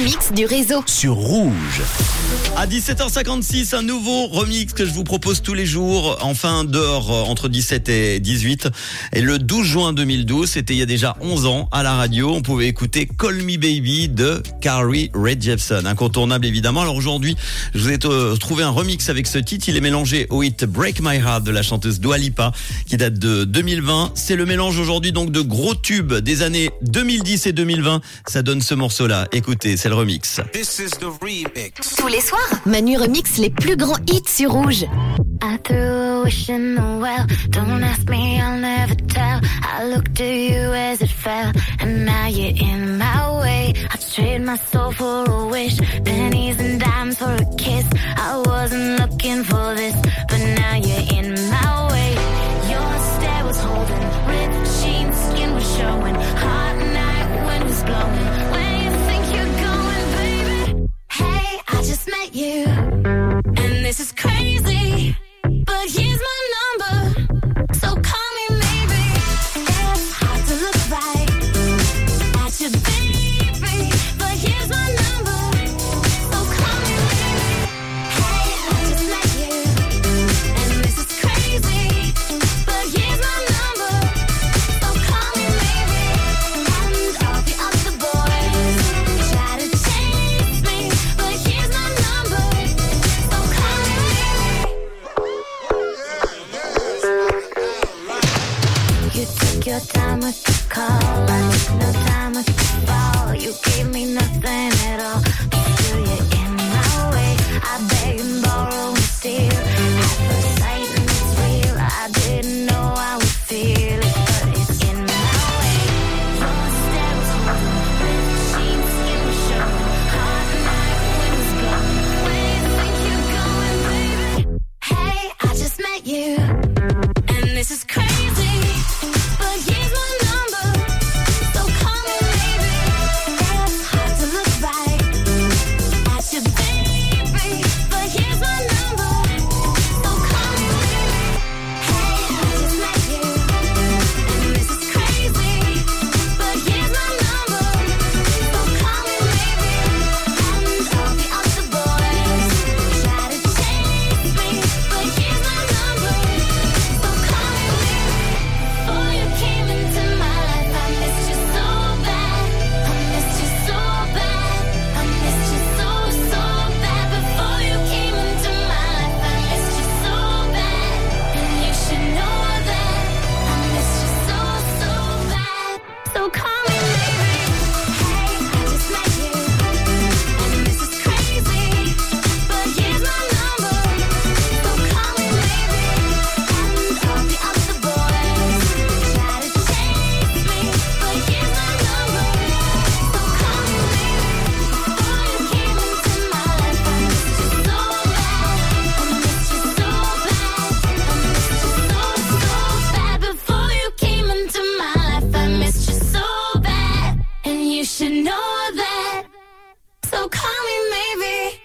remix du réseau. Sur Rouge. À 17h56, un nouveau remix que je vous propose tous les jours en fin d'heure entre 17 et 18. Et le 12 juin 2012, c'était il y a déjà 11 ans, à la radio, on pouvait écouter Call Me Baby de Carly Rae Jepsen. Incontournable évidemment. Alors aujourd'hui, je vous ai trouvé un remix avec ce titre. Il est mélangé au hit Break My Heart de la chanteuse Dua Lipa qui date de 2020. C'est le mélange aujourd'hui donc de gros tubes des années 2010 et 2020. Ça donne ce morceau-là. Écoutez, c'est le remix. This is the remix. Tous les soirs, Manu remix les plus grands hits sur Rouge. I threw a wish in the well. Don't ask me, I'll never tell. I looked at you as it fell, and now you're in my way. I trade my soul for a wish, pennies and dimes for a kiss. I wasn't looking for this, but now you're in my way. Your stare was holding, ripped jeans, skin was showing. Hot night, wind was blowing. Where you think you're going, baby? Hey, I just met you, and this is crazy. But here's my number, so call me maybe. It's hard to look right at your baby, but here's my number, so call me maybe. Hey, I just met you, and this is crazy, but here's my number, so call me maybe. And all the other boys try to chase me, but here's my number, so call me maybe. You took your time with the call, I took no time with the fall. You gave me nothing at all, but still you're in my way. I beg and borrow and steal, at first sight and it's real. I didn't know I would feel it, but it's in my way. Your stare was holding, ripped jeans, skin was showing. Hot night, wind was blowing. Where you think you're going, baby? Hey, I just met you.